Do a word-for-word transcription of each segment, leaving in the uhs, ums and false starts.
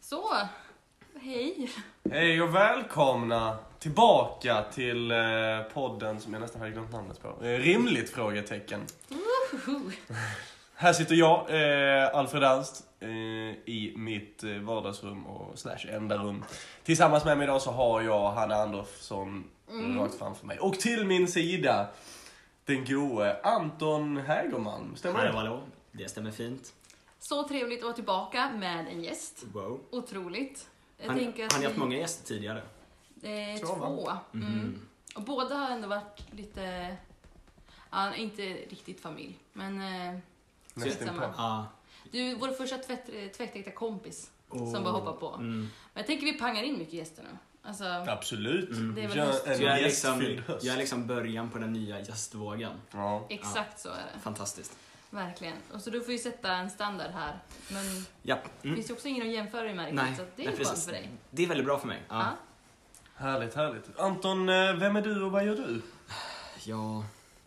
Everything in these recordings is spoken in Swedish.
Så, hej. Hej och välkomna tillbaka till eh, podden som jag nästan hade glömt namnet på. Eh, rimligt frågetecken. Woho! Här sitter jag, eh, Alfred Ernst, eh, i mitt eh, vardagsrum och slash enda rum. Tillsammans med mig idag så har jag Hanna Andersson mm. rakt framför mig. Och till min sida, den goe Anton Hägerman. Stämmer det? Hallå, hallå. Det stämmer fint. Så trevligt att vara tillbaka med en gäst. Wow. Otroligt. Jag Han, tänker att har ni haft vi- många gäster tidigare? Eh, Två, två. va? Mm. Mhm. Och båda har ändå varit lite... Ja, inte riktigt familj. Men... Eh, Nästan skitsamma. på. Ja. Du, vår första tvätt, tvättäkta kompis. Oh. Som bara hoppar på. Mm. Men jag tänker vi pangar in mycket gäster nu. Alltså, Absolut. Mm. Det är väl Gör höst. en Så jag är, gästfylld liksom, höst. jag är liksom början på den nya gästvågen. Ja. exakt så är det. Fantastiskt. Verkligen. Och så du får ju sätta en standard här. Men Ja. det Mm. finns ju också ingen att jämföra dig med. Nej, Så att det är nej, ju skönt precis. för dig. Det är väldigt bra för mig. Ja. Ja. Härligt, härligt. Anton, eh, vem är du och vad gör du? Ja.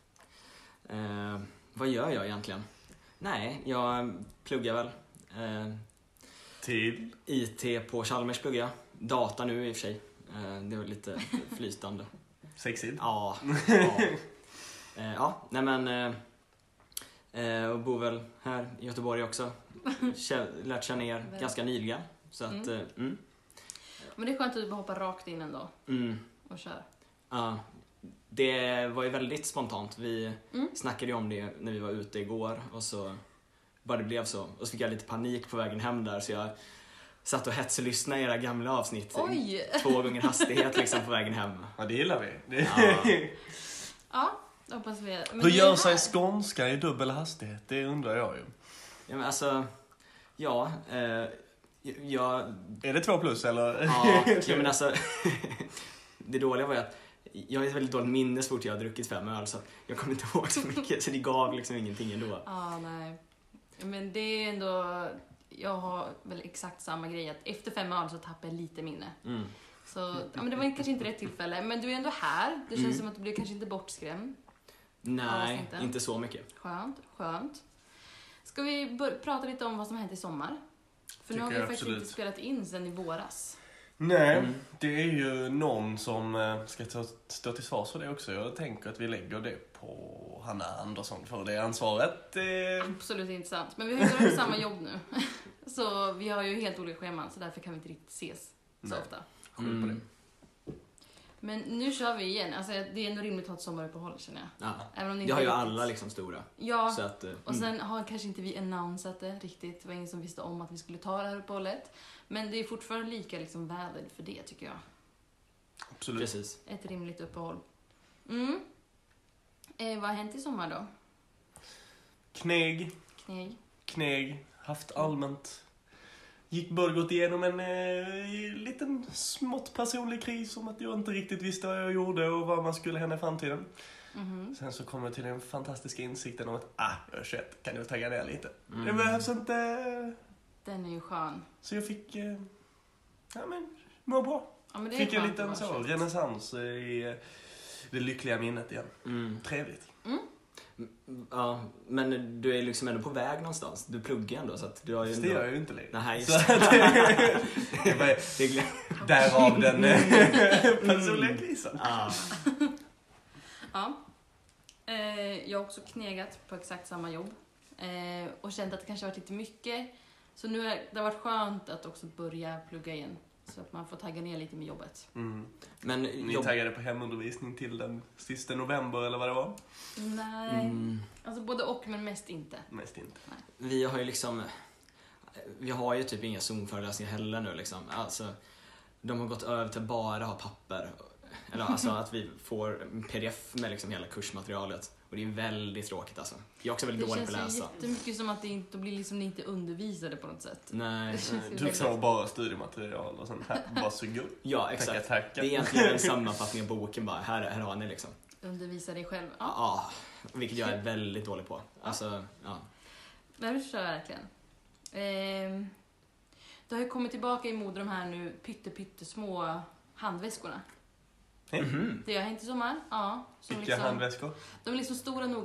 Eh, vad gör jag egentligen? Nej, jag pluggar väl. Eh, Till? I T på Chalmers pluggar jag. Data nu i och för sig. Eh, det var lite flytande. Sexigt. Ja. Ja, eh, ja nej men... Eh, eh, och bor väl här i Göteborg också. Kä- lärt känna er ganska nyligen. Så att... Mm. Eh, mm, Men det är skönt att du bara hoppar rakt in ändå mm, och kör. ja. Det var ju väldigt spontant. Vi Mm. snackade ju om det när vi var ute igår. Och så bara det blev så. Och så fick jag lite panik på vägen hem där. Så jag satt och hetslyssnade i era gamla avsnitt. Oj! Två gånger hastighet liksom på vägen hem. Ja, det gillar vi. Det... Ja. Ja, det hoppas vi. Men Hur du är gör här. sig skånska i dubbel hastighet? Det undrar jag ju. Ja, men alltså... Ja, eh, jag... Är det två plus eller? Ja, ja men alltså... Det dåliga var ju att jag har ett väldigt dåligt minne så fort jag har druckit fem öl. Så jag kommer inte ihåg så mycket. Så det gav liksom ingenting ändå. Ja, nej. Men det är ändå... Jag har väl exakt samma grej. Att efter fem öl så tappar jag lite minne. Mm. Så ja, men det var kanske inte rätt tillfälle. Men du är ändå här. Det känns Mm. som att du blir kanske inte bortskrämd. Nej, avsnitten. inte så mycket. Skönt, skönt. Ska vi bör- prata lite om vad som har hänt i sommar? För nu Tycker har vi jag faktiskt absolut. inte spelat in sedan i våras. Nej, Mm. det är ju någon som eh, ska ta, stå till svars för det också. Jag tänker att vi lägger det på Hanna Andersson för det ansvaret. Eh, Absolut inte sant. Men vi har ju börjat samma jobb nu. Så vi har ju helt olika scheman. Så därför kan vi inte riktigt ses så Nej. ofta. skyll på det. Mm. Men nu kör vi igen. Alltså, det är ändå rimligt att ha ett sommaruppehåll känner jag. Ja. Även om det Det inte har ju är alla riktigt- liksom stora. Ja, Så att, eh, och mm. sen har kanske inte vi annonsat det riktigt. Det var ingen som visste om att vi skulle ta det här uppehållet. Men det är fortfarande lika liksom valid för det tycker jag. Absolut. Precis. Ett rimligt uppehåll. Mm. Eh, vad har hänt i sommar då? Kneg, Kneg? kneg, haft allmänt. Gick både gått igenom en eh, liten smått personlig kris om att jag inte riktigt visste vad jag gjorde och vad man skulle hända i framtiden. Mhm. Sen så kom jag till den fantastiska insikten om att ah, jag är tjugoett, kan jag tagga ner lite. Mm. Det behövs inte. Den är ju skön. Så jag fick, eh, ja men, må bra. Ja, men det är Fick en skönt liten att vara så, tjugoett. renässans eh, i eh, det lyckliga minnet igen. Mm. Trevligt. Ja, men du är liksom ändå på väg någonstans. Du pluggar ändå så att du har ju Fast ändå... det gör jag ju inte längre. Nej, just Så det. att, det var Det glöm- därav den eh, personliga krisen. Ja. Ja. Eh, jag har också knegat på exakt samma jobb. Eh, och känt att det kanske har varit lite mycket. Så nu har det har varit skönt att också börja plugga igen. Så att man får tagga ner lite med jobbet. Mm. Men Ni jobb... taggade på hemundervisning till den sista november eller vad det var? Nej, Mm. alltså både och men mest inte. Mest inte. Vi har ju liksom... Vi har ju typ inga Zoom-föreläsningar heller nu liksom. Alltså, de har gått över till bara ha papper. Eller alltså att vi får en pdf med liksom hela kursmaterialet. Och det är väldigt tråkigt alltså. Jag är också väldigt Det dålig på känns att ju läsa. jättemycket som att det inte, de blir liksom inte undervisade på något sätt. Nej. Det känns ju Du väldigt- får bara studiematerial och sånt här. Varsågod. Ja, Tacka, exakt. tacka. Det är egentligen en sammanfattning av boken bara. Här, här har ni liksom. Undervisa dig själv. Ja, Ja, vilket jag är väldigt dålig på. Alltså, ja. men det förstår jag verkligen. Ehm, det har ju kommit tillbaka i mode de här nu pytte pytte små handväskorna. Mhm. Det har hänt i sommar. Ja. Som Vilka liksom, handväskor? de är liksom stora nog att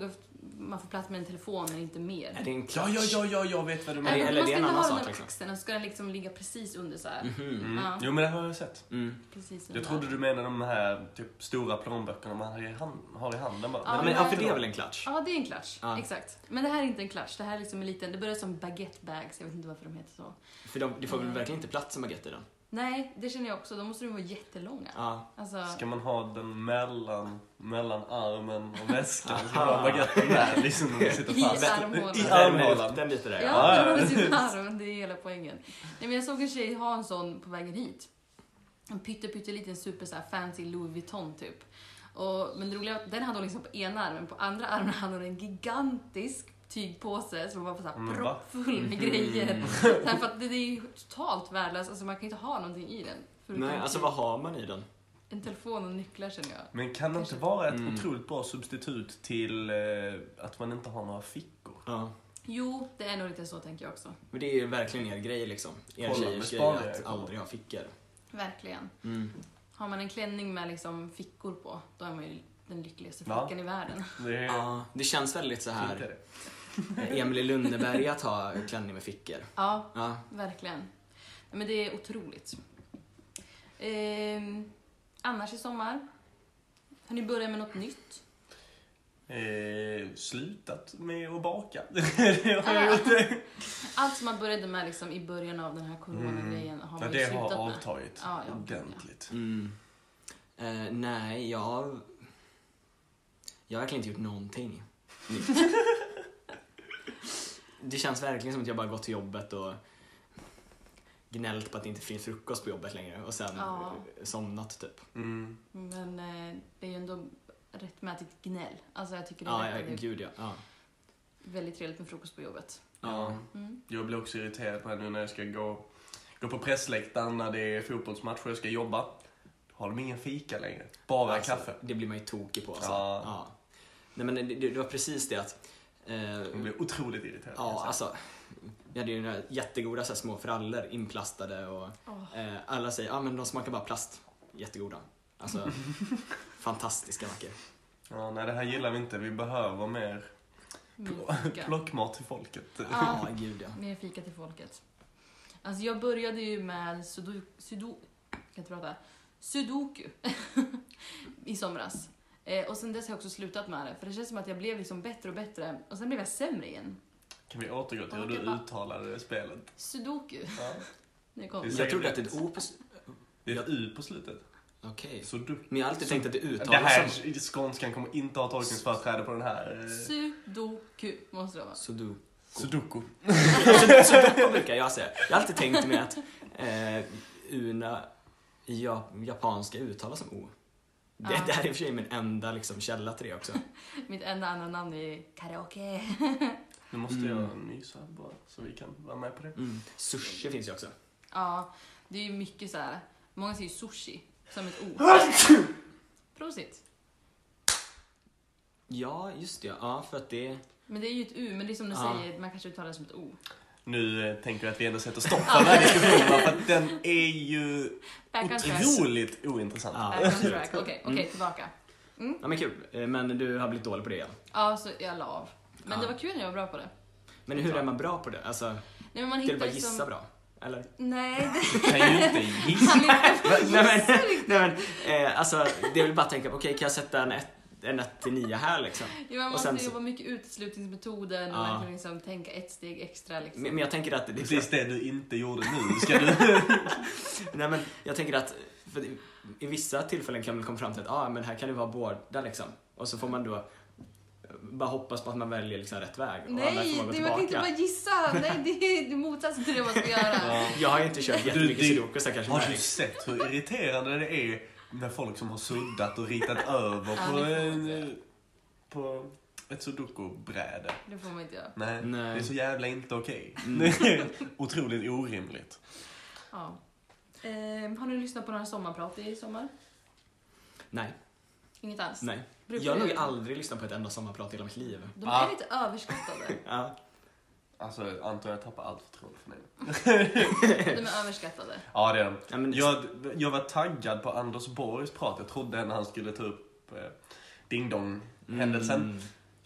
man får plats med en telefon men inte mer. Är det en Ja, klatsch? ja, ja, ja, jag vet vad du Eller- menar. eller man det är ska en inte annan ha sak, den liksom. på axeln, den ska liksom ligga precis under så här. Mhm. Mm. Ja. Jo, men det har jag sett. Mm. Precis Jag under. trodde du menade de här typ stora plånböckerna man har i, hand, har i handen bara. Ja, Ja, men men, det ja, för här- det är väl en klatsch? Ja, det är en klatsch. Ja. Exakt. Men det här är inte en klatsch. Det här är liksom en liten, det börjar som baguette bags. Jag vet inte varför de heter så. För de, det får väl Nej. verkligen inte plats som baguette i den? Nej, det känner jag också. Då måste de vara jättelånga. Ja. Alltså, Ska man ha den mellan, mellan armen och väskan? Ska Aha. man ha baguetten där liksom när man sitter I fast? armhålan. I Den, armhålan. den biten där. ja, Ja, ja. det håller sin arm. Det är hela poängen. Nej, men jag såg en tjej ha en sån på vägen hit. En pytte, pytte liten super så här fancy Louis Vuitton typ. Och, men det roliga var att den hade hon liksom på ena armen. På andra armen hade hon en gigantisk tygpåse som var på så här Men va? proppfull med Mm. grejer. Så här, för att det, det är ju totalt värdelöst. Alltså man kan ju inte ha någonting i den. Förutom Nej, alltså tyg. vad har man i den? En telefon och nycklar känner jag. Men kan det inte Kanske. vara ett Mm. otroligt bra substitut till eh, att man inte har några fickor? Ja. Jo, det är nog lite så tänker jag också. Men det är ju verkligen er grej liksom. Er Kolla, tjejers grej besparar jag, att kolla. aldrig ha fickor. Verkligen. Mm. Har man en klänning med liksom fickor på, då är man ju den lyckligaste Ja. flickan i världen. Det är Ja, det känns väldigt så fint är här det. Emily Lönneberg att ha klänning med fickor. Ja, Ja. verkligen. Men det är otroligt. Ehm, annars i sommar? Har ni börjat med något nytt? Eh, slutat med att baka. Det har jag gjort. Allt som man började med liksom i början av den här coronagrejen har Ja, man ju det slutat har med. avtagit Ja, ja. ordentligt. Mm. Eh, nej, jag... Jag har verkligen inte gjort någonting nytt. Det känns verkligen som att jag bara gått till jobbet och gnällt på att det inte finns frukost på jobbet längre och sen Ja. somnat typ. Mm. Men eh, det är ju ändå rättmätigt gnäll. Alltså jag tycker det är, Ja, verkligen- ja, det är gud ja. Ja. väldigt trevligt med frukost på jobbet. Ja. Mm. Jag blir också irriterad på det nu när jag ska gå, gå på pressläktaren när det är fotbollsmatch och jag ska jobba. Har de ingen fika längre? Bara Alltså, kaffe. Det blir man ju tokig på alltså. Ja. Ja. Nej men det, det var precis det att... Eh, Jag blir otroligt irriterad. kan jag ja, säga. alltså... Vi hade ju några jättegoda så här, små frallor inplastade och Åh. eh, alla säger ja ah, men de smakar bara plast. Jättegoda. Alltså, fantastiska mackor. Ja, nej, det här gillar vi inte. Vi behöver mer Mer fika. plockmat till folket. Ja. Ja, gud ja. Mer fika till folket. Alltså jag började ju med sudoku, sudo, kan inte prata, sudoku i somras. Eh, och sen dess har jag också slutat med det. För det känns som att jag blev liksom bättre och bättre. Och sen blev jag sämre igen. Kan vi återgå till hur Okej, du va? uttalade spelet? Sudoku. Ja. Det kom. Det är Jag säkert trodde att rätt. ett O på... Det är ett U på slutet. Okej. Så du... Men jag har alltid tänkt att det Det uttalas här, som... skånskan kommer inte ha tolkningsföreträde på den här. eh, Sudoku måste det vara. Sudoku. Sudoku. Sudoku brukar jag säga. Jag har alltid tänkt mig att eh, Una i ja, japanska uttalas som O. Det, Ja. det här är i och för sig min enda liksom, källa till det också. Mitt enda andra namn är karaoke. Nu måste Mm. jag nysa bara så vi kan vara med på det. Mm. Sushi finns ju också. Ja, det är ju mycket så här. Många säger sushi som ett O. Prosit. Ja, just det. Ja, för att det... Men det är ju ett U, men det är som du Ja. säger, man kanske uttalar det som ett O. Nu eh, tänker jag att vi ändå sätter stopp för den här diskussionen för att den är ju Back on track. otroligt ointressant. Ja. Back on track. Okej, okej, Mm. tillbaka. Ja, men kul. Eh, Men du har blivit dålig på det igen. Ja, så jag la av. Men Ja. det var kul när jag var bra på det. Men hur är man bra på det? Alltså, Nej, men man ska du hittar bara gissa liksom... bra? Eller? Nej, Du kan ju inte gissa. han är nej men, nej, men eh, alltså, det är väl bara att tänka på, okej, kan jag sätta en ett, en ett till nio här liksom? Ja, man Och måste sen så- jobba mycket uteslutningsmetoden och Ja. verkligen liksom tänka ett steg extra. Liksom. Men, men jag tänker att... Det Det är precis det du inte gjorde nu. Ska du... Nej men jag tänker att för i, i vissa tillfällen kan man komma fram till att ah, men här kan det vara båda liksom. Och så får man då bara hoppas på att man väljer liksom rätt väg. Och annars får Nej, man gå det man kan inte tillbaka. bara gissa. Nej, det är, det är motsatsen till det man ska göra. Ja. Jag har ju inte kört jättemycket Du, det- sudoku så jag kanske Har märker. du sett hur irriterande det är med folk som har suddat och ritat över Ja, på, det får man en, inte. på ett sudoku-bräde? Det får man inte göra. Nej, Nej. det är så jävla inte okej. Mm. Det är otroligt orimligt. Ja. Ehm, har ni lyssnat på några sommarprat i sommar? Nej, Inget alls? nej. Brukar Jag har nog du- aldrig lyssnat på ett enda sommarprat i hela mitt liv. De Ah. är lite överskattade. Ja. Alltså, Anton, jag tappar allt förtroende för dig. De är överskattade. Ja, det är de. Ja, men, Jag, jag var taggad på Anders Borgs prat. Jag trodde när han skulle ta upp eh, Ding Dong-händelsen. Mm.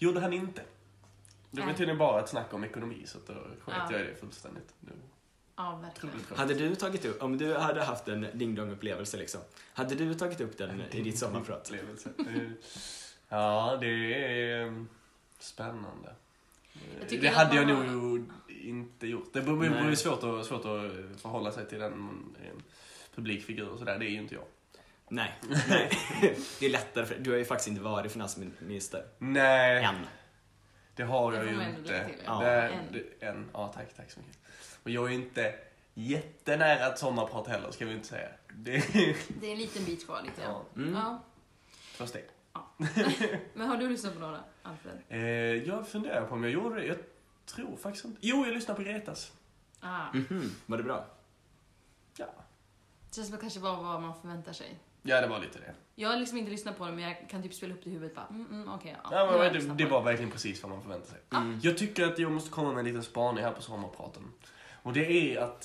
Gjorde han inte. Det var Nej. tydligen bara ett snack om ekonomi, så då sket Ja. jag i det fullständigt. Nu. Ja, verkligen. Otroligt skönt. Hade du tagit upp, om du hade haft en ding-dong-upplevelse liksom, hade du tagit upp den i ditt sommarprat? Upplevelse. Eh, Ja, det är eh, spännande. Jag tycker Det att hade man jag har- nog inte gjort. Det vore Nej. vore svårt att, svårt att förhålla sig till en, en publikfigur och sådär. Det är ju inte jag. Nej, nej. Det är lättare för du har ju faktiskt inte varit finansminister. Nej, Än. det har Det jag får ju man ändå inte. lägga till, ja. Det, En. det, en. Ja, tack, tack så mycket. Och jag är inte jättenära ett sommarprat heller, ska vi inte säga. Det är Det är en liten bit kvar lite. Ja. ja, Mm. Ja. två steg. Men har du lyssnat på några, Alfred? Eh, jag funderar på om jag gjorde det. Jag tror faktiskt inte. Jo, jag lyssnade på Gretas. Ah. Mhm, var det bra? Ja. Det känns som att kanske var vad man förväntar sig. Ja, det var lite det. Jag har liksom inte lyssnat på det, men jag kan typ spela upp det i huvudet. Bara, mm, mm, okej, ja. Ja, Nu har jag men det, lyssnat det på var verkligen precis vad man förväntar sig. Mm. Jag tycker att jag måste komma med en liten spaning här på sommarpraten. Och det är att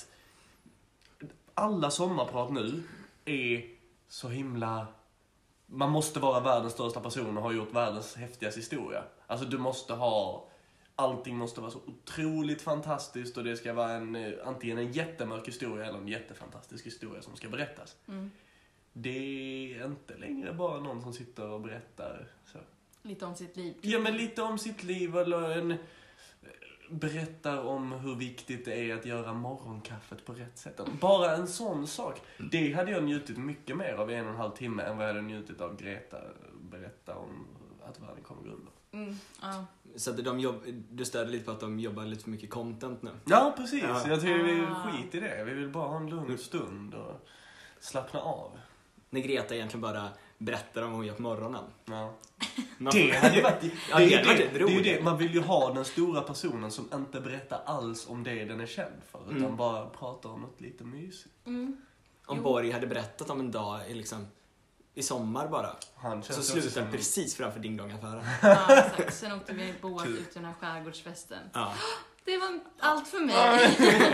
alla sommarprat nu är så himla... Man måste vara världens största person och ha gjort världens häftigaste historia. Alltså du måste ha... Allting måste vara så otroligt fantastiskt och det ska vara en, eh, antingen en jättemörk historia eller en jättefantastisk historia som ska berättas. Mm. Det är inte längre bara någon som sitter och berättar så. Lite om sitt liv. Ja, men lite om sitt liv eller en berättar om hur viktigt det är att göra morgonkaffet på rätt sätt. Bara en sån sak. Det hade jag njutit mycket mer av i en och en halv timme än vad jag hade njutit av Greta berätta om att världen kommer gå under. Mm, ja. Så att de jobb, du störde lite på att de jobbar lite för mycket content nu. Ja, precis. Ja. Jag tycker vi Ah. skit i det. Vi vill bara ha en lugn stund och slappna av. När Greta egentligen bara berättar om vad hon gör på morgonen. Ja. Man Det hade ju varit... Ja, det, det är hade ju varit det, det är ju roligt. det. Man vill ju ha den stora personen som inte berättar alls om det den är känd för. Utan Mm. bara pratar om något lite mysigt. Mm. Om Jo. Borg hade berättat om en dag i, liksom, i sommar bara. Han Så känns slutade också det som- precis framför ding-dong-affären. Ja, exakt. Sen åkte vi båt Kul. ut till den här skärgårdsfesten. Ja. Det var allt för mig.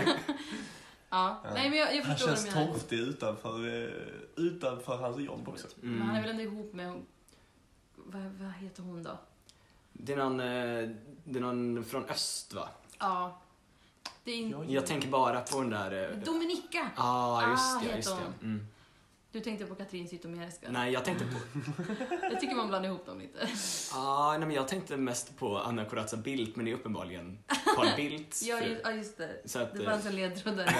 Ja, Ja. nej men jag, jag Han förstår vad känns du menar. torftig utanför, eh, utanför hans jobb också. Men han är Mm. väl ändå ihop med... Vad, vad heter hon då? Det är någon, eh, det är någon från öst va? Ja. Det är inte... Ja, Jag tänker bara på den där... eh, Dominika! Ah, just Ah, det, heter just hon. det. Mm. Du tänkte på Katrin Zytomierska. Nej, jag tänkte på... Jag tycker man blandar ihop dem lite. Ah, nej, men jag tänkte mest på Anna Corazza Bildt, men det är uppenbarligen Carl Bildt. Ja, fru. ju- ja, just det. Så att, Det eh, fanns en ledtråd där.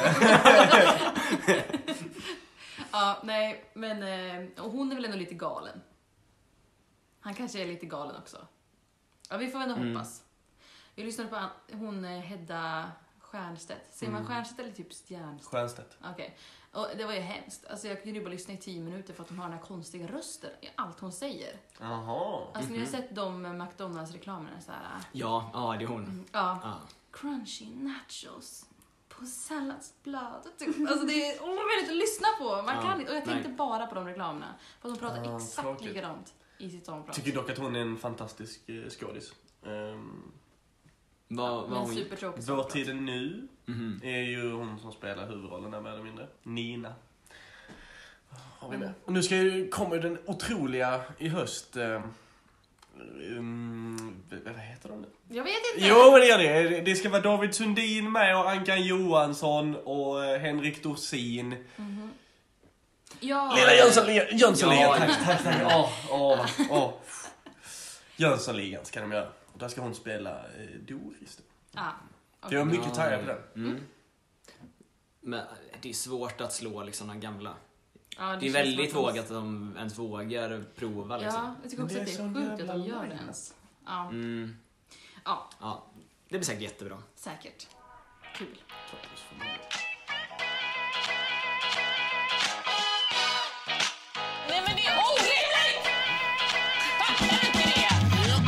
Ja, nej, men... eh, Och hon är väl ändå lite galen. Han kanske är lite galen också. Ja, vi får väl ändå Mm. hoppas. Vi lyssnade på an- hon eh, Hedda Stiernstedt. Säger man Mm. Stiernstedt eller typ Stjernstedt? Stiernstedt. Okej. Och det var ju hemskt. Alltså jag kunde ju bara lyssna i tio minuter för att hon har den här konstiga rösten i allt hon säger. Jaha. Alltså ni Mhm. har sett de McDonalds-reklamerna så här. Ja, ja, det är hon. mm, Ja. Ah. Crunchy nachos på salladsblad. Typ. Alltså det är omöjligt att lyssna på. Man Ja, kan inte. Och jag tänkte nej. bara på de reklamerna. För att de pratar Ah, exakt tråkigt. likadant i sitt sommarprat. Tycker dock att hon är en fantastisk eh, skådis. Um, Vad, vad Men hon... supertråkig Vår sommarprat. tid är nu Mhm. är ju hon som spelar huvudrollen där mer eller mindre. Nina. Har vi Mm. det? Och nu ska ju, kommer ju den otroliga i höst. Eh, um, vad heter de nu? Jag vet inte. Jo, men det gör det. Det ska vara David Sundin med och Ankan Johansson och eh, Henrik Dorsin. Mhm. Ja. Lilla Jönssonligan. Jönssonligan. Ja. Tack, tack, tack. Åh, åh, åh. Jönssonligan ska de göra. Och där ska hon spela eh, Doris. Ah, Jag är okej. mycket taggad på den. Mm. Men det är svårt att slå liksom den gamla. Ja, Det är känns väldigt som att vågat att de ens vågar prova liksom. Ja, jag tycker också Men att det det är är sån sjukt att de jävla gör det line-up. ens. Ja, Mm. ja, Ja, det blir säkert jättebra. säkert. Kul. Nej men det är orimligt! Fattar du inte det?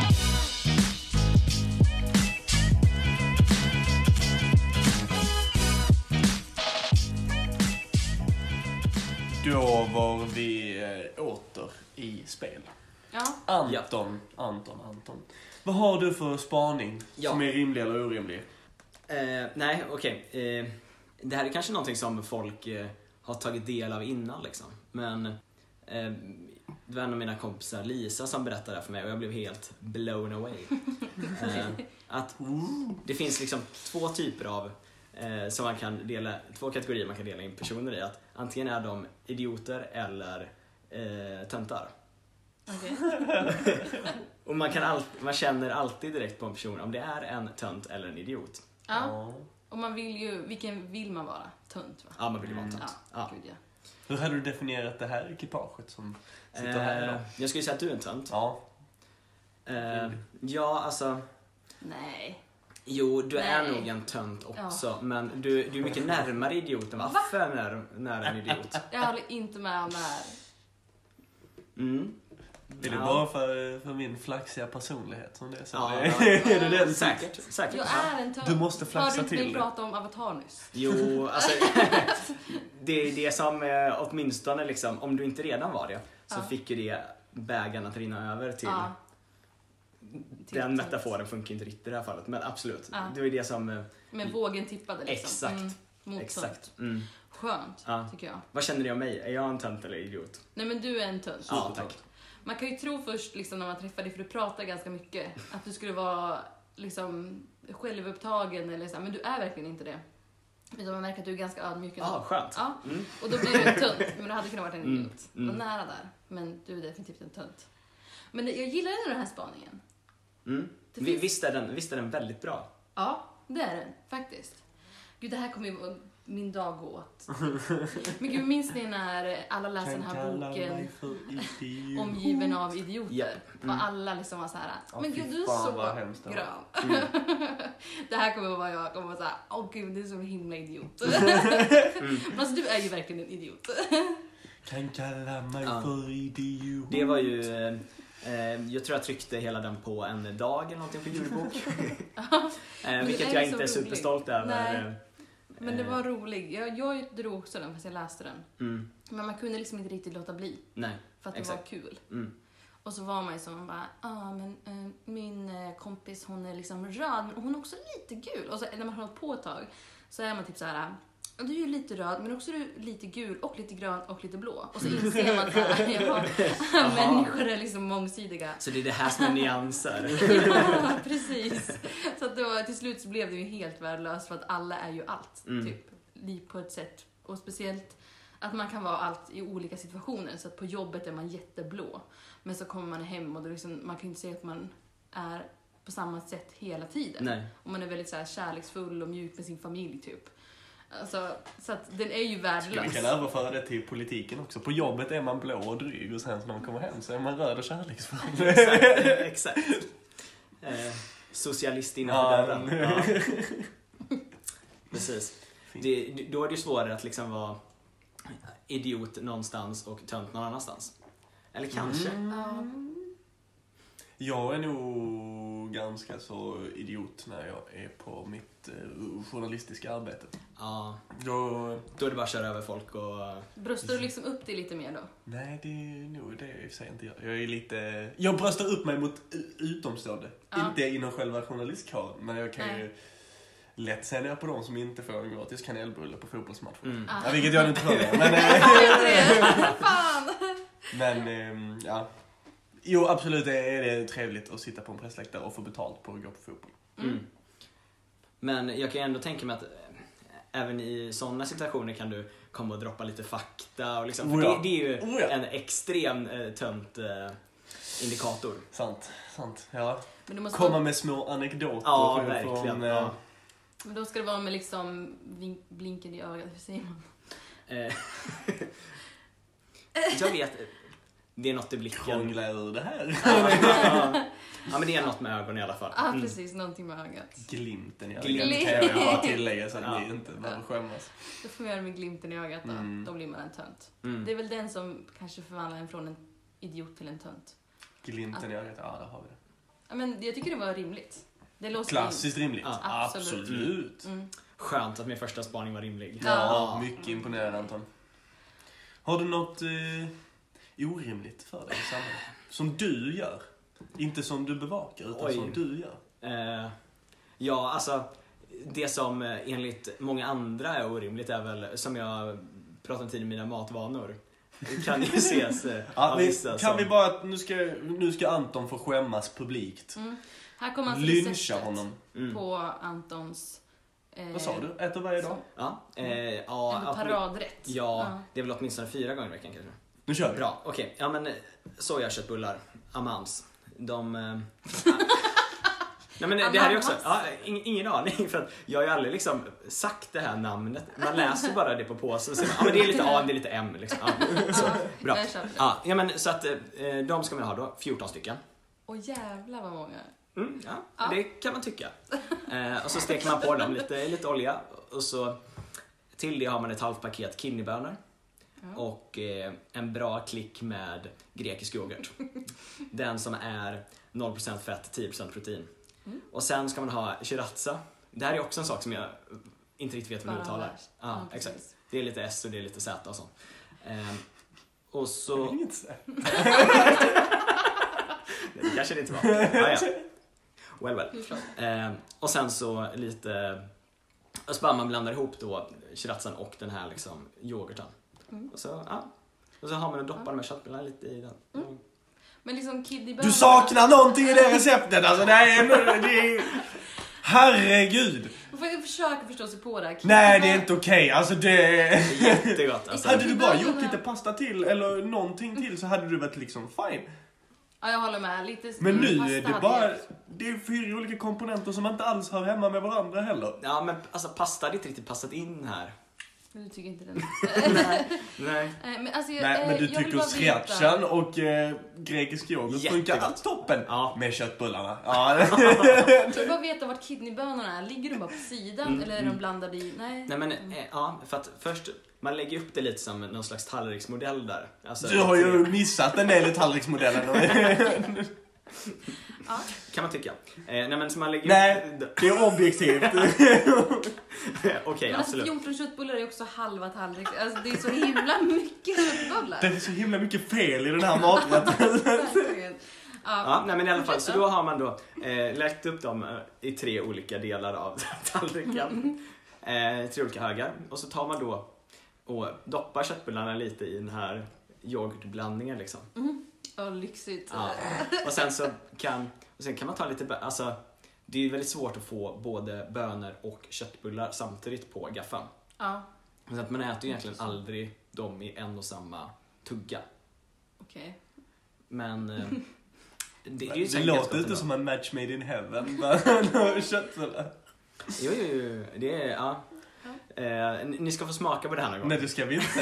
Då var vi eh, åter i spel. Ja, Anton, Anton, Anton. Vad har du för spaning Ja. som är rimlig eller orimlig? Eh, nej, okej. Eh, det här är kanske någonting som folk eh, har tagit del av innan liksom. Men eh, det var en av mina kompisar, Lisa, som berättade det för mig och jag blev helt blown away. eh, att det finns liksom två typer av eh, som man kan dela, två kategorier man kan dela in personer i. Att antingen är de idioter eller eh, töntar. Okej. Och man, kan all, man känner alltid direkt på en person om det är en tönt eller en idiot. Ja, och man vill ju, vilken vill man vara? Tönt, va? Ja, man vill ju vara en tönt. Ja, Ja. gud ja. Hur hade du definierat det här ekipaget som sitter här idag? Eh, jag skulle säga att du är en tönt. Ja. Eh, ja, alltså... Nej. Jo, du är Nej. nog en tönt också, men du, du är mycket närmare idiot än vad Va? Affe är när, när en idiot. Jag håller inte med om det här. Mm. Är det Ja. bara för, för min flaxiga personlighet som det är så? Ja, är, ja. är det den? Säkert, säkert. Jag är en tönt. Du måste flaxa Hörde du till inte det. mig prata om Avatar nyss? Jo, alltså det är det som eh, åtminstone liksom, om du inte redan var det, så Ja. fick ju det bägaren att rinna över till. Ja. Till Den tönt. metaforen funkar inte riktigt i det här fallet, men absolut. Ja. Det var det som... eh, Men vågen tippade liksom. Exakt. Mm, mot Exakt. tönt. Mm. Skönt, Ja. tycker jag. Vad känner du om mig? Är jag en tönt eller idiot? Nej, men du är en tönt. Ja, tack. Man kan ju tro först liksom, när man träffar dig, för du pratar ganska mycket, att du skulle vara liksom, självupptagen eller så, men du är verkligen inte det. Utan man märker att du är ganska ödmjuk. Ja, ah, skönt. Ja, Mm. och då blir du en tönt, men du hade kunnat vara en Mm, idiot. mm. Var nära där, men du är definitivt en tönt. Men det, jag gillar ändå den här spaningen. Mm. Det Vi- finns- Visst, är den, visst är den väldigt bra? Ja, det är den faktiskt. Gud, det här kommer ju vara min dag gå åt. Men gud, minns ni när alla läste den här boken Omgiven av idioter? Ja. Mm. Och alla liksom var så här, Ja, men fy gud, du är fan, så vad hemskt det var. grön. Det här kommer vara jag, kommer vara så här, åh gud, du är så himla idiot. Mm. Men alltså, du är ju verkligen en idiot. Kan kalla mig Ja. för idiot. Det var ju... Eh, jag tror jag tryckte hela den på en dag eller någonting på ljudbok. eh, vilket den jag är inte så är rolig. superstolt över. Nej. Men det var roligt. Jag, jag drog också den fast jag läste den. Mm. Men man kunde liksom inte riktigt låta bli. Nej. För att det Exakt. var kul. Mm. Och så var man ju som bara, ah, men eh, min eh, kompis hon är liksom röd, men hon är också lite gul. Och så när man har hållit på ett tag så är man typ så här, "Ja, du är ju lite röd, men också är du lite gul och lite grön och lite blå. Och så inser man så här, ja, människor är liksom mångsidiga. Så det är det här som är nyanser. Ja, precis. Så att då, till slut så blev det ju helt värdelöst för att alla är ju allt, Mm. typ, liv på ett sätt. Och speciellt att man kan vara allt i olika situationer. Så att på jobbet är man jätteblå. Men så kommer man hem och då liksom, man kan ju inte säga att man är på samma sätt hela tiden. Nej. Och man är väldigt så här kärleksfull och mjuk med sin familj, typ. Alltså, så att den är ju Vi värdelös. kan överföra det till politiken också. På jobbet är man blå och dryg och sen när man kommer hem så är man röd och kärleksfull. Exakt. Exakt. Eh, socialist innanför Ja. dörren. Ja. Precis. Det, då är det ju svårare att liksom vara idiot någonstans och tönt någon annanstans. Eller kanske. Ja. Jag är nog ganska så idiot när jag är på mitt eh, journalistiska arbete. Ja. Då, Då är det bara att köra över folk och... Bröstar du liksom upp det lite mer då? nej, det är nog det jag i och för sig inte gör. Jag är lite... Jag bröstar upp mig mot u- utomstående. Ja. Inte inom själva journalistkåren, men jag kan Nej. ju lätt se ner på de som inte får en gratis kanelbulle på fotbollsmatcher. Mm. Ja, vilket jag inte får. Men, eh, Jag det. Fan! men ehm, ja. Jo, absolut är det trevligt att sitta på en pressläktare och få betalt på att gå på fotboll. Mm. Men jag kan ändå tänka mig att även i sådana situationer kan du komma och droppa lite fakta och liksom, för Oh ja. det, det är ju Oh ja. en extrem eh, tönt eh, indikator. Sant, sant. Ja. Men du måste Komma vara, med små anekdoter. Ja, från- verkligen. från, eh, Ja. men då ska det vara med liksom blink, blinken i ögat, hur säger man? Eh, jag vet, det är något i blicken. Krångla ur det här. Ja, ja. Ja, men det är något med ögonen i alla fall. Ja, ah, Mm. precis, någonting med ögat. Glimten i ögat. Glimt. Kan jag bara tillägga så att Ja. ni inte behöver skämmas. Då får man göra med glimten i ögat då. Mm. Då blir man en tönt. Mm. Det är väl den som kanske förvandlar en från en idiot till en tönt. Glimten i ögat, ja där har vi det. Ja, men jag tycker det var rimligt. Det låter Klassiskt rimligt. Ja, absolut. Absolut. Mm. Skönt att min första spaning var rimlig. Ja, Ja. mycket imponerande Anton. Har du något eh, orimligt för dig i samhället? Som du gör? Inte som du bevakar, utan Oj. som du gör. Eh, ja, alltså det som eh, enligt många andra är orimligt är väl, som jag pratade om tidigare, mina matvanor. kan ju ses eh, Ja, av vi, vissa kan som... vi bara, nu ska, nu ska Anton få skämmas publikt. Mm. Här kommer alltså Lyncha receptet honom. Mm. på Antons... Eh, Vad sa du? Äter varje dag? Ja, eh, ja, En absolut. paradrätt. Ja, det är väl åtminstone fyra gånger i veckan kanske. Nu kör vi. Bra, okej. Ja men eh, sojaköttbullar, Amans. De... Eh... Nej men det här är också, ja, ing- ingen aning för att jag har ju aldrig liksom sagt det här namnet. Man läser bara det på påsen och säger ja men det är lite A, det är lite M liksom. Ja, så, bra. Jag köper det. Ja, ja men så att eh, de ska man ha då, fjorton stycken. Åh jävlar vad många. Mm, ja, Ja. det kan man tycka. Eh, och så steker man på dem lite, lite olja och så till det har man ett halvt paket kidneybönor. Ja. Och eh, en bra klick med grekisk yoghurt. Den som är noll procent fett, tio procent protein. Mm. Och sen ska man ha sriracha. Det här är också en sak som jag inte riktigt vet vad man Bara uttalar. där. Ja, Ja, exakt. precis. Det är lite S och det är lite Z och så. Ehm, och Det är så... inget så. Det kanske det inte var. Ah, ja. Well, well. Hur klart? Ehm, och sen så lite... Och så bara man blandar ihop då srirachan och den här liksom yoghurten. Mm. Och så, ja. Och så har man och doppar med köttbullar lite i den. Mm. Men liksom kidneybönor... Du saknar någonting i det receptet, alltså det är, det är... Herregud! Man får ju försöka förstå sig på det här. Nej, det är inte okej, alltså det... Det är jättegott alltså. Hade du bara gjort lite pasta till eller någonting till så hade du varit liksom fine. Ja, jag håller med. Lite Men nu pasta är det hade bara... jag- Det är fyra olika komponenter som inte alls hör hemma med varandra heller. Ja men alltså pasta hade inte riktigt passat in här. Du tycker inte den. Nej. Eh, men alltså, jag- Nej, men eh, du jag vill tycker bara veta- srirachan och eh, grekisk yoghurt funkar Jättegott. allt toppen Ja. med köttbullarna. Ja. Jag vill bara veta vart kidneybönorna är. Ligger de bara på sidan Mm, eller är de blandade i? Nej. Nej men eh, ja, för att först man lägger upp det lite som någon slags tallriksmodell där. Alltså, Du har ju missat en del i tallriksmodellen. Ja. Kan man tycka. Eh, nej men så man lägger Nej, upp... det är objektivt. Okej, Men alltså absolut. fjorton köttbullar är också halva tallrik. Alltså det är så himla mycket köttbullar. Det är så himla mycket fel i den här maträtten. Verkligen. Ja, Ja. nej men i alla fall, så då har man då eh, lagt upp dem eh, i tre olika delar av tallriken. Eh, tre olika högar. Och så tar man då och doppar köttbullarna lite i den här yoghurtblandningen liksom. Mm. Ja, lyxigt. Ja. Och sen så kan, och sen kan man ta lite, bö- alltså det är ju väldigt svårt att få både bönor och köttbullar samtidigt på gaffeln. Ja, Så att man äter ju egentligen aldrig dem i en och samma tugga. okej. Men eh, det, det är ju Det säkert låter gott inte ändå. som en match made in heaven. Bara köttbullar. Jo, jo, jo, det är, ja. Eh, ni ni ska få smaka på det här någon gång. Nej, det ska vi inte.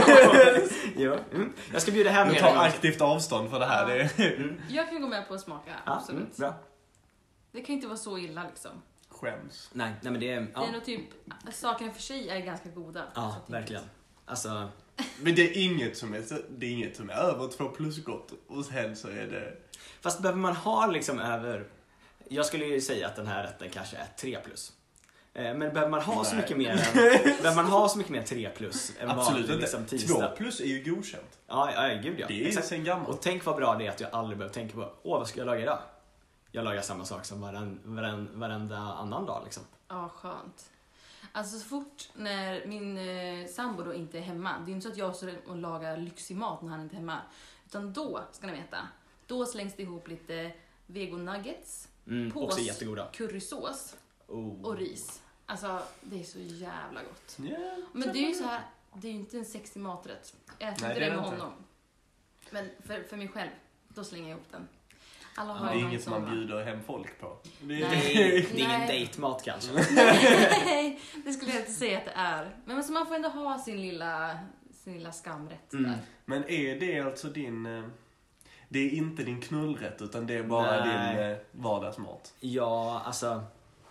Jo. Mm. Jag ska bjuda hem Jag er tar någon gång. aktivt avstånd för det här. Det är... Mm. Jag kan gå med på att smaka, Ja, absolut. mm, bra. Det kan inte vara så illa liksom. Skäms. Nej, nej men det är, Det är ja, nog typ, sakerna för sig är ganska goda. Så ja jag tänker verkligen. Alltså, Men det är inget som är, så- det är inget som är över två plus gott. Och sen så är det... fast behöver man ha liksom över, jag skulle ju säga att den här rätten kanske är tre plus. Eh, Men behöver man ha så Nej. mycket mer än, behöver man ha så mycket mer tre plus än Absolut vanlig inte. liksom, Två tisdag? plus är ju godkänt. Ja, ja, gud ja. Det är Exakt. sen gammalt. Och tänk vad bra det är att jag aldrig behöver tänka på, åh vad ska jag laga idag? Jag lagar samma sak som varen, varen, varenda annan dag liksom. Ja, skönt. Alltså så fort när min eh, sambo då inte är hemma, det är inte så att jag står och lagar lyxig mat när han inte är hemma. Utan då, ska ni veta, då slängs det ihop lite vegonuggets, Mm, Pås. också jättegoda. currysås Oh. och ris. Alltså, det är så jävla gott. Yeah. Men det är ju så här, det är ju inte en sexig maträtt. Jag äter Nej, inte det är det med det inte. honom. Men för, för mig själv, då slänger jag ihop den. Alla Det har är ju inget någon som man sån, va? bjuder hem folk på. Det är... Nej, det är ingen Nej. dejtmat kanske. Nej, det skulle jag inte säga att det är. Men alltså, man får ändå ha sin lilla, sin lilla skamrätt Mm. där. Men är det alltså din... eh, Det är inte din knullrätt utan det är bara Nej. din eh, vardagsmat. Ja, alltså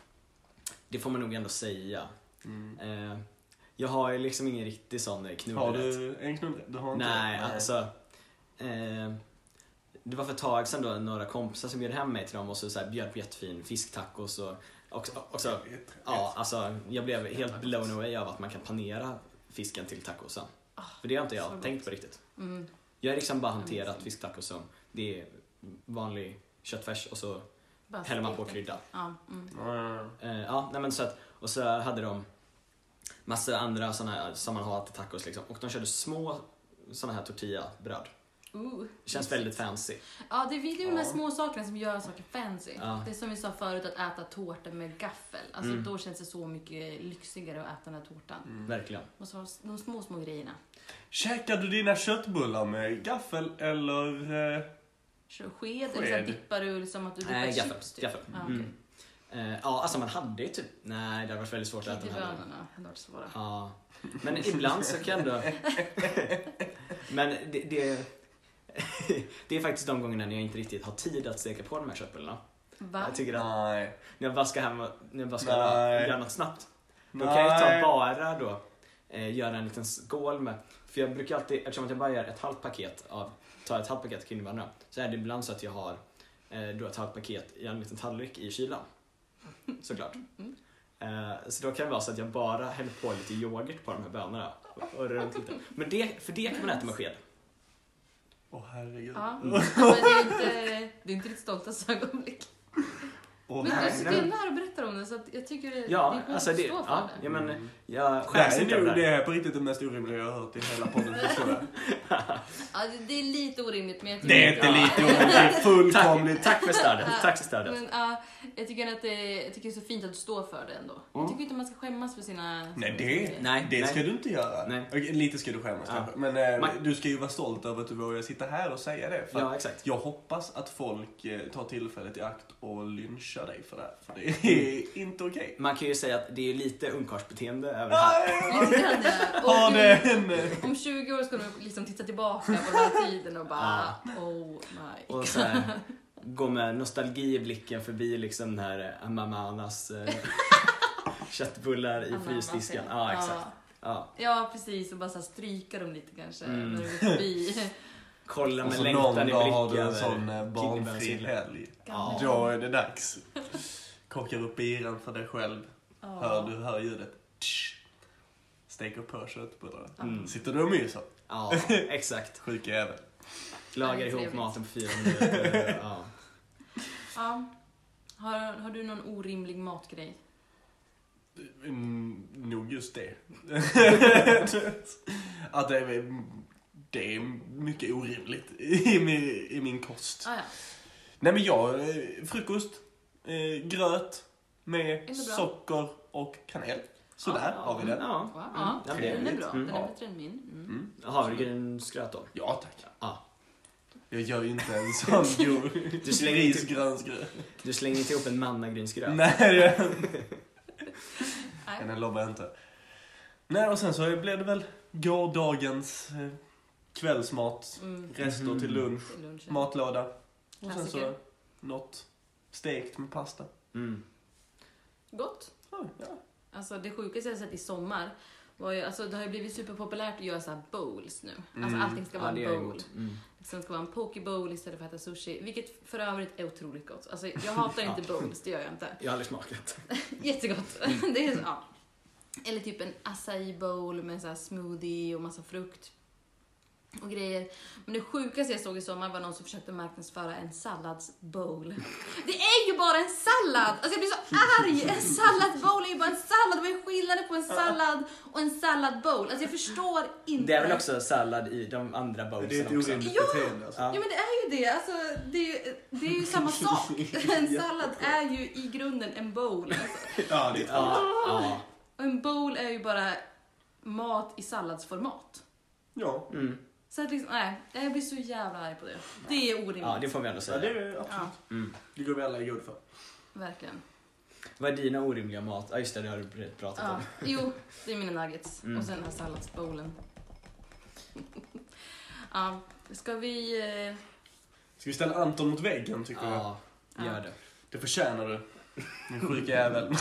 det får man nog ändå säga. Mm. Eh, jag har ju liksom ingen riktig sån knullrätt. Har du en knullrätt? Du har inte? Nej, alltså eh, det var för ett tag sedan då några kompisar som bjöd hem mig till dem och så, så här, bjöd på jättefin fisktacos och också, också, ja, alltså jag blev helt blown away av att man kan panera fisken till tacosen. För det har inte så jag gott. tänkt på riktigt. Mm. Jag har liksom bara hanterat fisktacos som det är vanlig köttfärs och så Bara häller man på stekt. krydda. Ja, mm. Mm. Eh, ja, nej men så att, och så hade de massa andra såna här som man har till tacos liksom. Och de körde små såna här tortillabröd. Ooh, Känns väldigt fancy. Ja, det är ju de här Ja. små sakerna som gör saker fancy. Ja. Det är som vi sa förut, att äta tårta med gaffel. Alltså Mm. då känns det så mycket lyxigare att äta den här tårtan. Mm. Verkligen. Och så de små, små grejerna. Käkar du dina köttbullar med gaffel eller... Eh... Kör sked, eller så här Sked. dippar du som att du dippar Nej, gaffel. chips typ. gaffel. Ja, okej. Mm. Eh, ja, alltså man hade ju typ... Nej, det hade varit väldigt svårt att äta den här. Kiwibönorna hade varit svåra. Ja, men ibland så kan ändå... Men det, det, det är faktiskt de gångerna när jag inte riktigt har tid att steka på de här köttbullarna. Va? Jag tycker att Nej. när jag bara ska, hem, och- när jag bara ska Nej. göra något snabbt, då Nej. kan jag ta bara då, eh, göra en liten skål med... För jag brukar alltid, eftersom att jag bara gör ett halvt paket av, tar ett halvt paket kiwibönor, så är det ibland så att jag har eh, då ett halvt paket i en liten tallrik i kylan. Såklart. Mm. Eh, så då kan det vara så att jag bara häller på lite yoghurt på de här bönorna och, och runt lite. Men det, för det kan man äta med sked. Åh herregud. Ja, men det är inte, det är inte ditt stolthetsögonblick. Åh, Men du herregud. sitter ju här och berättar om det, så att jag tycker det, Ja, det är alltså det, stå för ja, det. ja, men Mm. jag Det här skäms är inte över nog det det här. är på riktigt det mest orimliga jag har hört i hela podden. Förstår jag. Ja, det, det är lite orimligt, men jag tycker Det är inte lite orimligt, det är fullkomligt. Tack för stödet, tack för stödet. Men ja, jag tycker att det, jag tycker det är så fint att du står för det ändå. Jag tycker inte man ska skämmas för sina... Nej, det, Nej, det nej. ska du inte göra. Nej. Okej, lite ska du skämmas Ja. kanske. Men eh, Man- du ska ju vara stolt över att du vågar sitta här och säga det. För Ja, exakt. jag hoppas att folk eh, tar tillfället i akt och lynchar dig för det här. För det är inte okej. Man kan ju säga att det är lite ungkarlsbeteende över det här. Lite grann, ja. Ha Och det i- henne. Om tjugo år ska du liksom titta tillbaka på den här tiden och bara oh my. Och så här, gå med nostalgi i blicken förbi liksom den här Amamanas eh, köttbullar i Ananas, frysdisken. ja. Ja, exakt. Ja. Ja, precis. Och bara så här stryka dem lite kanske Mm. när du är förbi. Kolla Och med så någon längtan i dag har blick du en över sån eh, barnfri kidneybönshyllan. helg. Ja. Då är det dags. Kokar upp biran för dig själv. Hör, du hör ljudet. Tsch. Steker på köttbullarna. Mm. Sitter du och myser? Ja, exakt. Sjuka jävel. Lagar Ja, det är ihop trevligt. maten på fyra minuter. Ja. Ja. Har, har du någon orimlig matgrej? Mm, nog just det. Att det är, det är mycket orimligt i min, i min kost. Ah, ja. Nej men jag, eh, frukost, eh, gröt med Är det bra? socker och kanel. Sådär Ja, har vi den. Ja. Ja, Mm. ja. Ja, det är Den är roligt. bra. Mm. Den är Ja. bättre än min. Mm. Mm. Havregrynsgröt då? Ja tack. Ja. Jag gör ju inte en sån god Du slänger inte- risgrönsgröt. Du slänger inte ihop en mannagrynsgröt? Nej, det- Nej. den lovar jag inte. Nej, och sen så blev det väl gårdagens eh, kvällsmat. Mm. Rester Mhm. till lunch. Till lunchen. Matlåda. Och sen så Klassiker. något stekt med pasta. Mm. Gott. Ja, ja. Alltså det sjukaste jag har sett i sommar var ju, alltså det har ju blivit superpopulärt att göra så här bowls nu. Alltså Mm. allting ska vara Ja, det en är jag bowl. emot. Mm. Liksom det ska vara en poke bowl istället för att äta sushi. Vilket för övrigt är otroligt gott. Alltså jag hatar inte bowls, det gör jag inte. Jag har aldrig smakat. Jättegott. Det är så, ja. Eller typ en acai bowl med så här smoothie och massa frukt och grejer. Men det sjukaste jag såg i sommar var någon som försökte marknadsföra en salladsbowl. Det är ju bara en sallad! Alltså jag blir så arg! En salladsbowl är ju bara en sallad. Vad är skillnaden på en sallad och en salladbowl? Alltså jag förstår inte. Det är väl också sallad i de andra Det är bowlsen ett också? orimligt Ja! beteende alltså. Ja. Ja men det är ju det. Alltså, det, är ju, det är ju samma sak. En sallad är ju i grunden en bowl. Alltså. Ja, det är Ja, ja. Och en bowl är ju bara mat i salladsformat. Ja. Mm. Så att liksom, nej, jag blir så jävla arg på det. Det är orimligt. Ja, det får vi ändå Ja, säga. det är absolut. Ja, Mm. Det går vi alla i god för. verkligen. Vad är dina orimliga mat? Ja, just det, det har du pratat Ja. om. Jo, det är mina nuggets. Mm. Och sen den här salladsbowlen. Ja, ska vi... eh, Ska vi ställa Anton mot väggen tycker jag? Ja, gör Ja. det. Det förtjänar du. Din sjuka jävel.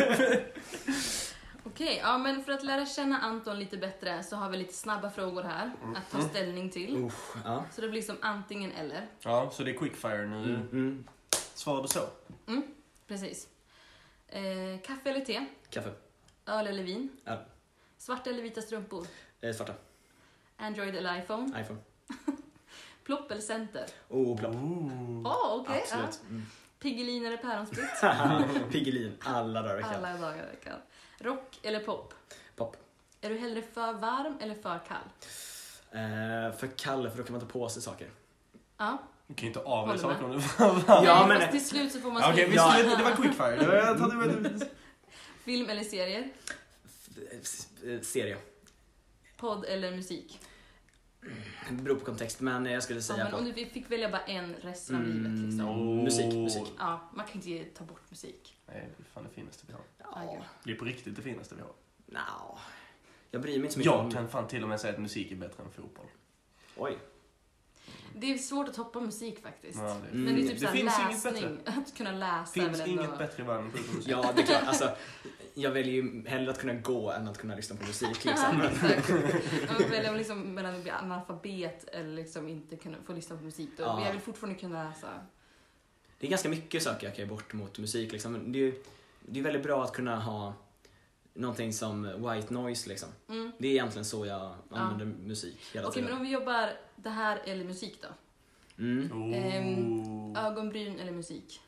Okej, ja men för att lära känna Anton lite bättre så har vi lite snabba frågor här att ta ställning till. Usch, ja. Så det blir liksom antingen eller. Ja, så det är quickfire nu. Mm. Mm. Svarar du så? Mm, precis. Eh, kaffe eller te? Kaffe. Öl eller vin? Öl. Svarta eller vita strumpor? Eh, svarta. Android eller iPhone? iPhone. Plopp eller center? Oh, plopp. Ooh. Åh, oh, okej. Absolut. Mm. Piggelin eller päronsplitt? Piggelin, alla dagar i veckan. Alla dagar i veckan. Rock eller pop? Pop. Är du hellre för varm eller för kall? Eh, för Kalle, för då kan man ta på sig saker. Ja. Du kan ju inte av dig Håller saker med. om du får. Ja, Ja, men- fast till slut så får man Okej, skriva. vi Ja. skulle inte, det var quickfire. Det var- jag tar det med- Film eller serier? Eh, Serie. Podd eller musik? Det beror på kontext, men jag skulle Ja, säga men på... om du fick välja bara en resten av Mm. livet liksom. Åh. Musik, musik. Ja, man kan inte ta bort musik. Nej, det är fan det finaste vi har. Ja. Det är på riktigt det finaste vi har. Nå. Jag bryr mig inte så mycket Jag om... kan fan till och med säga att musik är bättre än fotboll. Oj. Det är svårt att toppa musik faktiskt. Ja, det- Men det är typ Det såhär finns inget läsning. Att kunna läsa Det är finns väl ändå... inget bättre i världen förutom musik. Ja, det är klart. Alltså, jag väljer ju hellre att kunna gå än att kunna lyssna på musik liksom. Exakt. Man väljer liksom mellan att bli analfabet eller liksom inte kunna få lyssna på musik. Då. Ja. Jag vill fortfarande kunna läsa. Det är ganska mycket saker jag kan ge bort mot musik liksom. Men det är ju det är väldigt bra att kunna ha någonting som white noise liksom. Mm. Det är egentligen så jag använder musik hela Okej, men tiden. om vi jobbar det här eller musik då? Mm. Oh. Ögonbryn eller musik?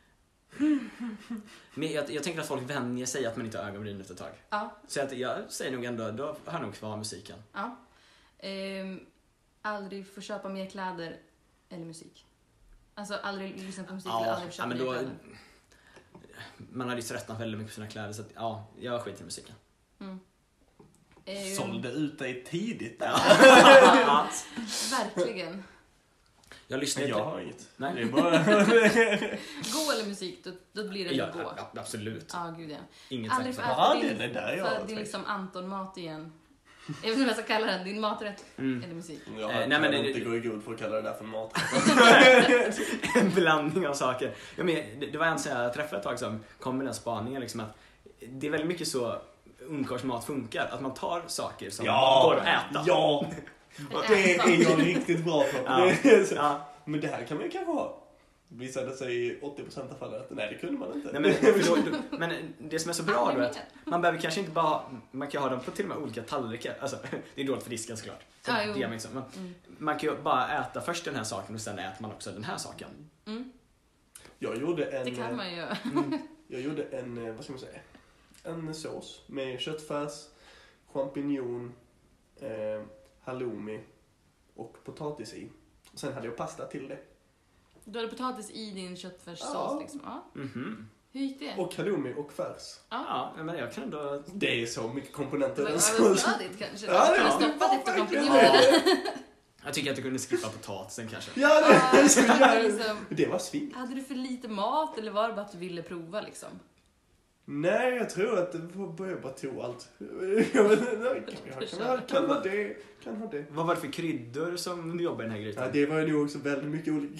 Men jag, jag tänker att folk vänjer sig att man inte har ögonbryn efter ett tag. Ja. Så att jag säger nog ändå, då har jag nog kvar musiken. ja. Ehm, aldrig få köpa mer kläder eller musik? Alltså aldrig lyssna på musik eller Ja, aldrig få ja köpa men mer då... kläder? Man hade ju tröttnat väldigt mycket på sina kläder så att, ja, jag skiter i musiken. Mm. Ehm, Sålde ut dig tidigt där. Ja. Verkligen. Jag lyssnar Jag inte... har inget. Nej. Det är bara... Gå eller musik, då, då blir det Ja, gå. ja, absolut. Ja, gud ja. Inget Aldrig få snack. äta Ja, din, det är där jag för har din tänkt. liksom Anton-mat igen. Jag vet inte vad jag ska kalla den, din maträtt Mm. eller musik. Jag Eh, kan nej, men det- inte gå i god för att kalla det där för mat. En blandning av saker. Ja, men det, det var en som jag träffade ett tag som kom med den spaningen liksom att det är väldigt mycket så ungkarlsmat funkar. Att man tar saker som går att äta. Ja! Det är jag riktigt bra på. Ja. Det är så- Ja. Men det här kan man ju kanske ha. Visade sig i åttio procent av fallen att nej, det kunde man inte. Nej, men, för då, då, men det som är så bra då är Aldrig att mer. man behöver kanske inte bara ha, man kan ha dem på till och med olika tallrikar. Alltså, det är dåligt för disken såklart. Så Ja, det jo. gör man inte så. Men Mm. man kan ju bara äta först den här saken och sen äter man också den här saken. Mm. Jag gjorde en... Det kan man ju göra. Jag gjorde en, vad ska man säga? En sås med köttfärs, champinjon, eh, halloumi och potatis i. Sen hade jag pasta till det. Du hade potatis i din köttfärssås Ja. liksom. Ja. Mhm. Hur gick det? Och halloumi och färs. Ja, men jag kan ändå... Det är så mycket komponenter Det i var den såsen. överflödigt kanske. Ja, det Du var- kunde stoppat det efter var champinjonerna. Jag tycker att du kunde skippa potatisen kanske. Ja, det, Ja, så det var jag, liksom- det var svin. Hade du för lite mat eller var det bara att du ville prova liksom? Nej, jag tror att det var jag bara tog allt. Jag vet inte, kan, kan, kan, kan ha det, kan ha det. Vad var det för kryddor som du jobbar i den här grytan? Ja, det var ju nog också väldigt mycket olika.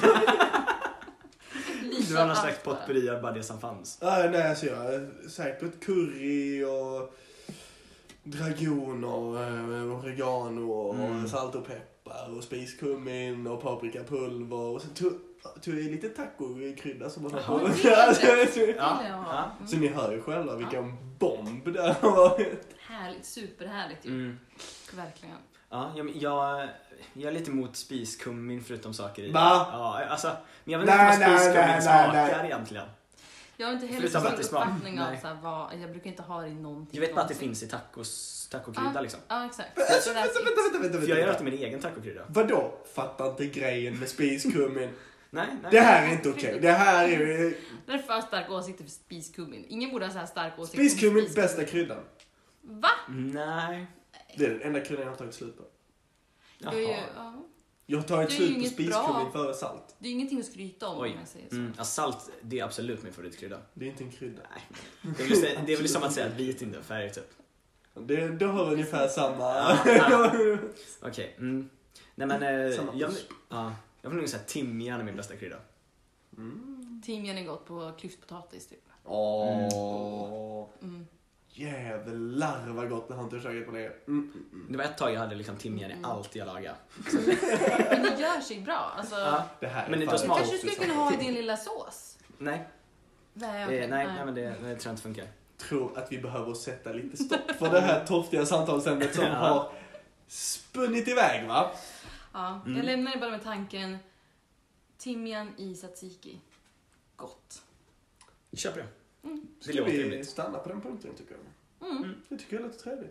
Lite Du har av någon allt slags bara. potpurri av bara det som fanns. Ah, nej, alltså jag är säkert curry och dragon och eh, oregano och Mm. salt och peppar och spiskummin och paprikapulver och sen tog, tog jag i lite tacokrydda som man har Jaha, på. det är Alltså, det. så- Det Ja, vill jag ha. ja. Så ni hör ju själva vilken Ja. bomb det har varit. Härligt, superhärligt ju. Mm. Verkligen. Ja, jag, jag, jag är lite emot spiskummin förutom saker i. Va? Ja, alltså, men jag vet Nej, inte vad nej, spiskummin nej, smakar nej, nej. egentligen. Jag har inte heller Förutom så att det stor smakar- uppfattning av nej. så här, vad, jag brukar inte ha det i någonting. Jag vet bara att det någonsin. finns i tacos, tacokrydda Ja. liksom. Ja, exakt. Alltså, Så vänta, that's vänta, it. vänta, vänta, För jag gör vänta. alltid min egen tacokrydda. Vadå? Fattar inte grejen med spiskummin. Nej, nej. Det här är inte okej. Det här är ju... Det är för stark åsikt för spiskummin. Ingen borde ha så här stark åsikt Spiskummin, om bästa kryddan. Va? Nej. Det är den enda kryddan jag har tagit slut på. Det är ju, Jaha. ja. Jag har tagit Det är ju slut på inget spiskummin bra. före salt. Det är ju ingenting att skryta om Oj. om jag säger så. Mm, ja, salt, det är absolut min favoritkrydda. Det är inte en krydda. Nej. Det är väl, det är väl liksom att säga att vit inte är färg typ. Det, det har ungefär samma... Ja, ja. Okej. Mm. Nej men, eh, Samma jag, puss. ja, jag vill nog säga timjan är min bästa krydda. Mm. Timjan är gott på klyftpotatis typ. Åh. Mm. Jävlar vad gott, det har inte käkat på det. Mm, mm, mm. Det var ett tag jag hade liksom timjan i Mm. allt jag lagade. Men det gör sig bra. Alltså, Ja. Det här är Men det fan är då ett smak. kanske du konstigt skulle sak. kunna ha i din lilla sås. Nej, Nej, eh, okej. nej, nej men det, det tror jag inte funkar. Tror att vi behöver sätta lite stopp för det här torftiga samtalsämnet som Ja. har spunnit iväg, va? Ja, Mm. jag lämnar det bara med tanken. Timjan i tzatziki. Gott. Köper det. Mm. Det Ska låter vi rimligt. stanna på den punkten, tycker jag? Mm. Det tycker jag låter trevligt.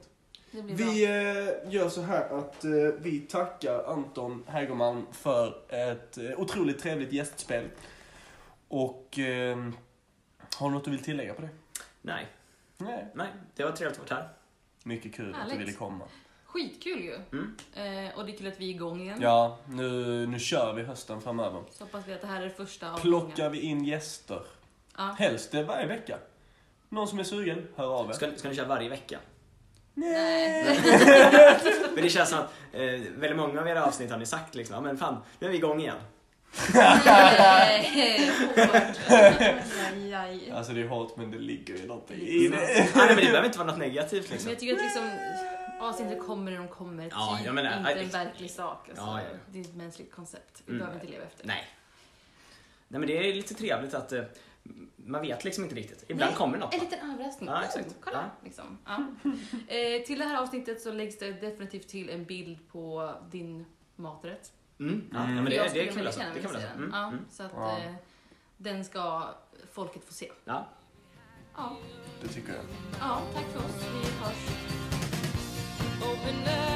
Det blir bra. Vi eh, gör så här att eh, vi tackar Anton Hägerman för ett eh, otroligt trevligt gästspel. Och eh, har du något du vill tillägga på det? Nej, Nej. nej, det var trevligt att vara här. Mycket kul att Härligt. du ville komma. Skitkul ju. Mm. Eh, och det är kul att vi är igång igen. Ja, nu, nu kör vi hösten framöver. Så hoppas vi att det här är det första av Plockar många. vi in gäster. Ja. Helst det varje vecka. Någon som är sugen, hör av er. Ska, ska ni köra varje vecka? Nej. Men det känns som att eh, väldigt många av era avsnitt har ni sagt liksom, ja men fan, nu är vi igång igen. Nej, hårt. Aj, aj. Alltså det är hårt men det ligger ju någonting Det i är det. Nej, men det behöver inte vara något negativt Men liksom. jag tycker att liksom avsnittet kommer när de kommer. Ja, typ jag menar, inte aj, en verklig sak. Alltså. Ja, ja, ja. Det är ett mänskligt koncept. Vi Mm. behöver inte leva efter. Nej. Nej men det är lite trevligt att eh, man vet liksom inte riktigt. Ibland Nej, kommer något. En va? liten överraskning. Ja, exakt. Oh, kolla. Ja. Liksom. Ja. Eh, till det här avsnittet så läggs det definitivt till en bild på din maträtt. Mm. Ja, Mm. ja, men det, Jag det skulle kan vi väldigt lösa. gärna Det kan vi vilja lösa. se den. Mm. Ja, Mm. så att Ja. eh, den ska folket få se. Ja. Ja, Det tycker jag. ja tack för oss. Vi hörs. Open up.